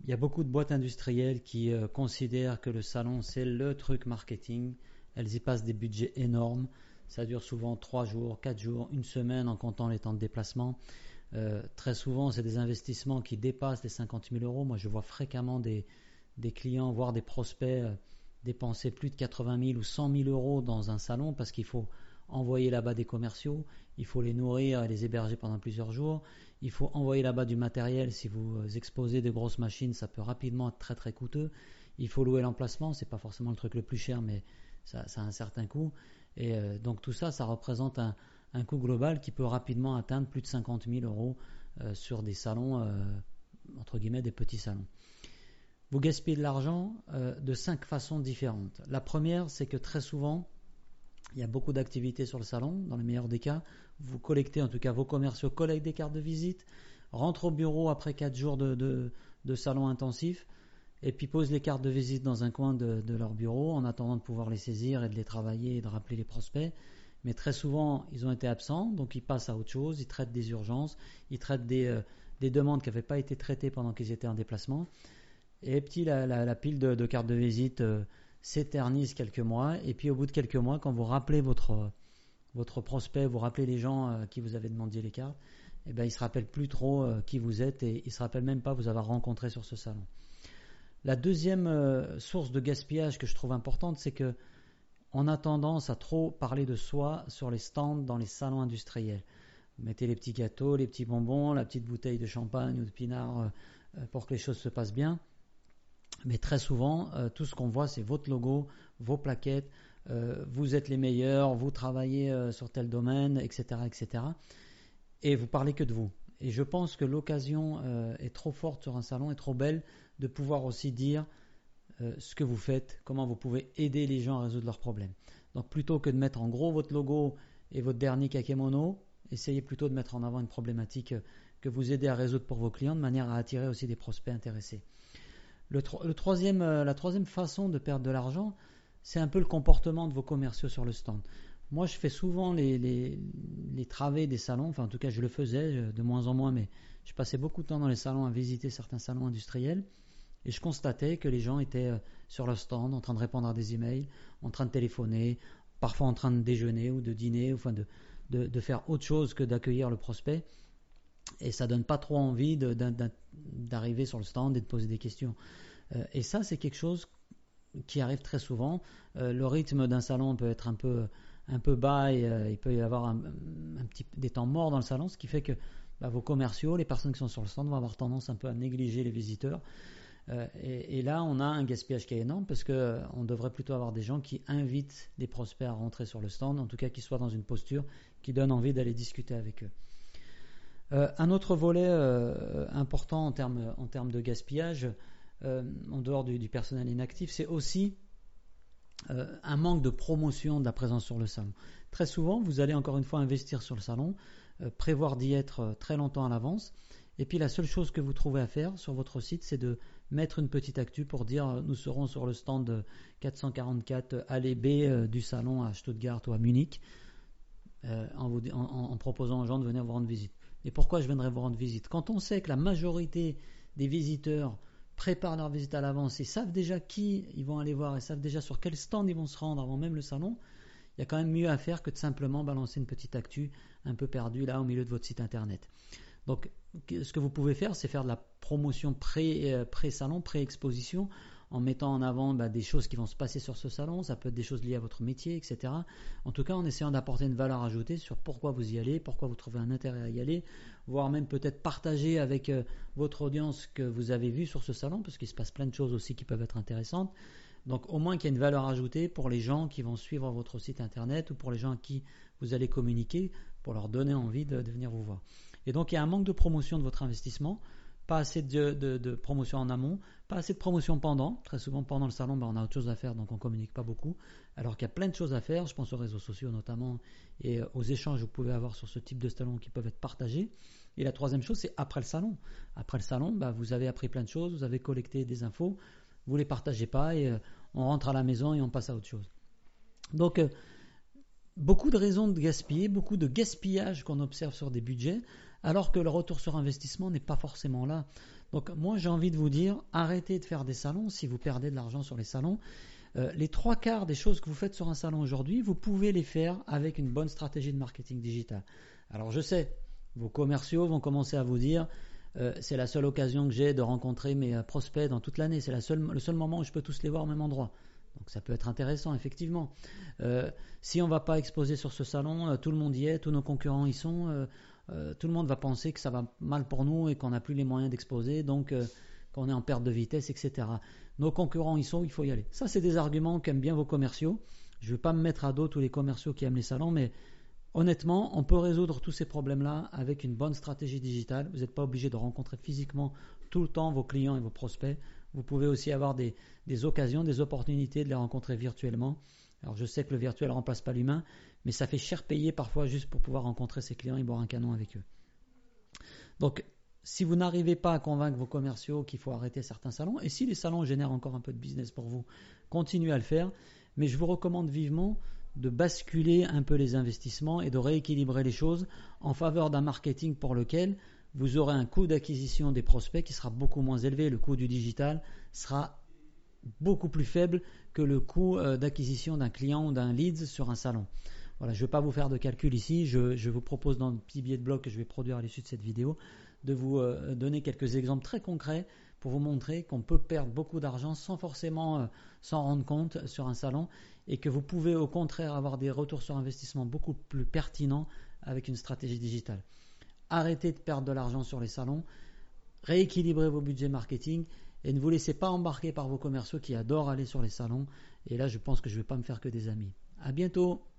Il y a beaucoup de boîtes industrielles qui considèrent que le salon c'est le truc marketing. Elles y passent des budgets énormes. Ça dure souvent 3 jours, 4 jours, une semaine en comptant les temps de déplacement. Très souvent, c'est des investissements qui dépassent les 50 000 euros. Moi, je vois fréquemment des clients, voire des prospects, dépenser plus de 80 000 ou 100 000 euros dans un salon parce qu'il faut envoyer là-bas des commerciaux, il faut les nourrir et les héberger pendant plusieurs jours, il faut envoyer là-bas du matériel. Si vous exposez de grosses machines, ça peut rapidement être très très coûteux. Il faut louer l'emplacement, c'est pas forcément le truc le plus cher, mais ça a un certain coût. Et donc tout ça, ça représente un coût global qui peut rapidement atteindre plus de 50 000 euros sur des salons, entre guillemets, des petits salons. Vous gaspillez de l'argent de 5 façons différentes. La première, c'est que très souvent, il y a beaucoup d'activités sur le salon. Dans le meilleur des cas, vous collectez, en tout cas vos commerciaux collectent des cartes de visite, rentrent au bureau après 4 jours de salon intensif, et puis posent les cartes de visite dans un coin de leur bureau en attendant de pouvoir les saisir et de les travailler et de rappeler les prospects. Mais très souvent, ils ont été absents, donc ils passent à autre chose, ils traitent des urgences, ils traitent des demandes qui n'avaient pas été traitées pendant qu'ils étaient en déplacement. Et puis la pile de cartes de visite s'éternise quelques mois, et puis au bout de quelques mois, quand vous rappelez votre prospect, vous rappelez les gens qui vous avaient demandé les cartes, eh ben, ils ne se rappellent plus trop qui vous êtes, et ils ne se rappellent même pas vous avoir rencontré sur ce salon. La deuxième source de gaspillage que je trouve importante, c'est que on a tendance à trop parler de soi sur les stands dans les salons industriels. Vous mettez les petits gâteaux, les petits bonbons, la petite bouteille de champagne ou de pinard pour que les choses se passent bien. Mais très souvent, tout ce qu'on voit, c'est votre logo, vos plaquettes, vous êtes les meilleurs, vous travaillez sur tel domaine, etc., etc. Et vous parlez que de vous. Et je pense que l'occasion est trop forte sur un salon, est trop belle de pouvoir aussi dire ce que vous faites, comment vous pouvez aider les gens à résoudre leurs problèmes. Donc plutôt que de mettre en gros votre logo et votre dernier kakémono, essayez plutôt de mettre en avant une problématique que vous aidez à résoudre pour vos clients de manière à attirer aussi des prospects intéressés. La troisième façon de perdre de l'argent, c'est un peu le comportement de vos commerciaux sur le stand. Moi, je fais souvent les travées des salons, enfin en tout cas je le faisais de moins en moins, mais je passais beaucoup de temps dans les salons à visiter certains salons industriels. Et je constatais que les gens étaient sur leur stand, en train de répondre à des emails, en train de téléphoner, parfois en train de déjeuner ou de dîner, enfin de faire autre chose que d'accueillir le prospect. Et ça donne pas trop envie d'arriver sur le stand et de poser des questions. Et ça, c'est quelque chose qui arrive très souvent. Le rythme d'un salon peut être un peu bas et il peut y avoir des temps morts dans le salon, ce qui fait que vos commerciaux, les personnes qui sont sur le stand vont avoir tendance un peu à négliger les visiteurs. Et là, on a un gaspillage qui est énorme parce qu'on devrait plutôt avoir des gens qui invitent des prospects à rentrer sur le stand, en tout cas qui soient dans une posture qui donne envie d'aller discuter avec eux. Un autre volet important en termes de gaspillage, en dehors du personnel inactif, c'est aussi un manque de promotion de la présence sur le salon. Très souvent, vous allez encore une fois investir sur le salon, prévoir d'y être très longtemps à l'avance, et puis la seule chose que vous trouvez à faire sur votre site, c'est de mettre une petite actu pour dire nous serons sur le stand 444 allée B du salon à Stuttgart ou à Munich, en proposant aux gens de venir vous rendre visite. Et pourquoi je viendrai vous rendre visite ? Quand on sait que la majorité des visiteurs préparent leur visite à l'avance, ils savent déjà qui ils vont aller voir, ils savent déjà sur quel stand ils vont se rendre avant même le salon, il y a quand même mieux à faire que de simplement balancer une petite actu un peu perdue là au milieu de votre site internet. Donc ce que vous pouvez faire, c'est faire de la promotion pré-salon, pré-exposition, en mettant en avant des choses qui vont se passer sur ce salon. Ça peut être des choses liées à votre métier, etc. En tout cas, en essayant d'apporter une valeur ajoutée sur pourquoi vous y allez, pourquoi vous trouvez un intérêt à y aller, voire même peut-être partager avec votre audience que vous avez vu sur ce salon, parce qu'il se passe plein de choses aussi qui peuvent être intéressantes. Donc au moins qu'il y ait une valeur ajoutée pour les gens qui vont suivre votre site internet ou pour les gens à qui vous allez communiquer pour leur donner envie de venir vous voir. Et donc il y a un manque de promotion de votre investissement, pas assez de promotion en amont, pas assez de promotion pendant. Très souvent pendant le salon, on a autre chose à faire, donc on ne communique pas beaucoup. Alors qu'il y a plein de choses à faire, je pense aux réseaux sociaux notamment, et aux échanges que vous pouvez avoir sur ce type de salon qui peuvent être partagés. Et la troisième chose, c'est après le salon. Après le salon, vous avez appris plein de choses, vous avez collecté des infos, vous ne les partagez pas et on rentre à la maison et on passe à autre chose. Donc, beaucoup de raisons de gaspiller, beaucoup de gaspillage qu'on observe sur des budgets, alors que le retour sur investissement n'est pas forcément là. Donc moi j'ai envie de vous dire, arrêtez de faire des salons si vous perdez de l'argent sur les salons. Les 3/4 des choses que vous faites sur un salon aujourd'hui, vous pouvez les faire avec une bonne stratégie de marketing digital. Alors je sais, vos commerciaux vont commencer à vous dire, c'est la seule occasion que j'ai de rencontrer mes prospects dans toute l'année, c'est le seul moment où je peux tous les voir au même endroit. Donc ça peut être intéressant, effectivement. Si on ne va pas exposer sur ce salon, tout le monde y est, tous nos concurrents y sont, tout le monde va penser que ça va mal pour nous et qu'on n'a plus les moyens d'exposer, donc qu'on est en perte de vitesse, etc. Nos concurrents y sont, il faut y aller. Ça, c'est des arguments qu'aiment bien vos commerciaux. Je ne vais pas me mettre à dos tous les commerciaux qui aiment les salons, mais honnêtement, on peut résoudre tous ces problèmes-là avec une bonne stratégie digitale. Vous n'êtes pas obligé de rencontrer physiquement tout le temps vos clients et vos prospects. Vous pouvez aussi avoir des occasions, des opportunités de les rencontrer virtuellement. Alors je sais que le virtuel ne remplace pas l'humain, mais ça fait cher payer parfois juste pour pouvoir rencontrer ses clients et boire un canon avec eux. Donc, si vous n'arrivez pas à convaincre vos commerciaux qu'il faut arrêter certains salons, et si les salons génèrent encore un peu de business pour vous, continuez à le faire, mais je vous recommande vivement de basculer un peu les investissements et de rééquilibrer les choses en faveur d'un marketing pour lequel vous aurez un coût d'acquisition des prospects qui sera beaucoup moins élevé. Le coût du digital sera beaucoup plus faible que le coût d'acquisition d'un client ou d'un lead sur un salon. Voilà, je ne vais pas vous faire de calcul ici, je vous propose dans le petit billet de blog que je vais produire à l'issue de cette vidéo de vous donner quelques exemples très concrets pour vous montrer qu'on peut perdre beaucoup d'argent sans forcément s'en rendre compte sur un salon et que vous pouvez au contraire avoir des retours sur investissement beaucoup plus pertinents avec une stratégie digitale. Arrêtez de perdre de l'argent sur les salons, rééquilibrez vos budgets marketing et ne vous laissez pas embarquer par vos commerciaux qui adorent aller sur les salons. Et là, je pense que je ne vais pas me faire que des amis. À bientôt!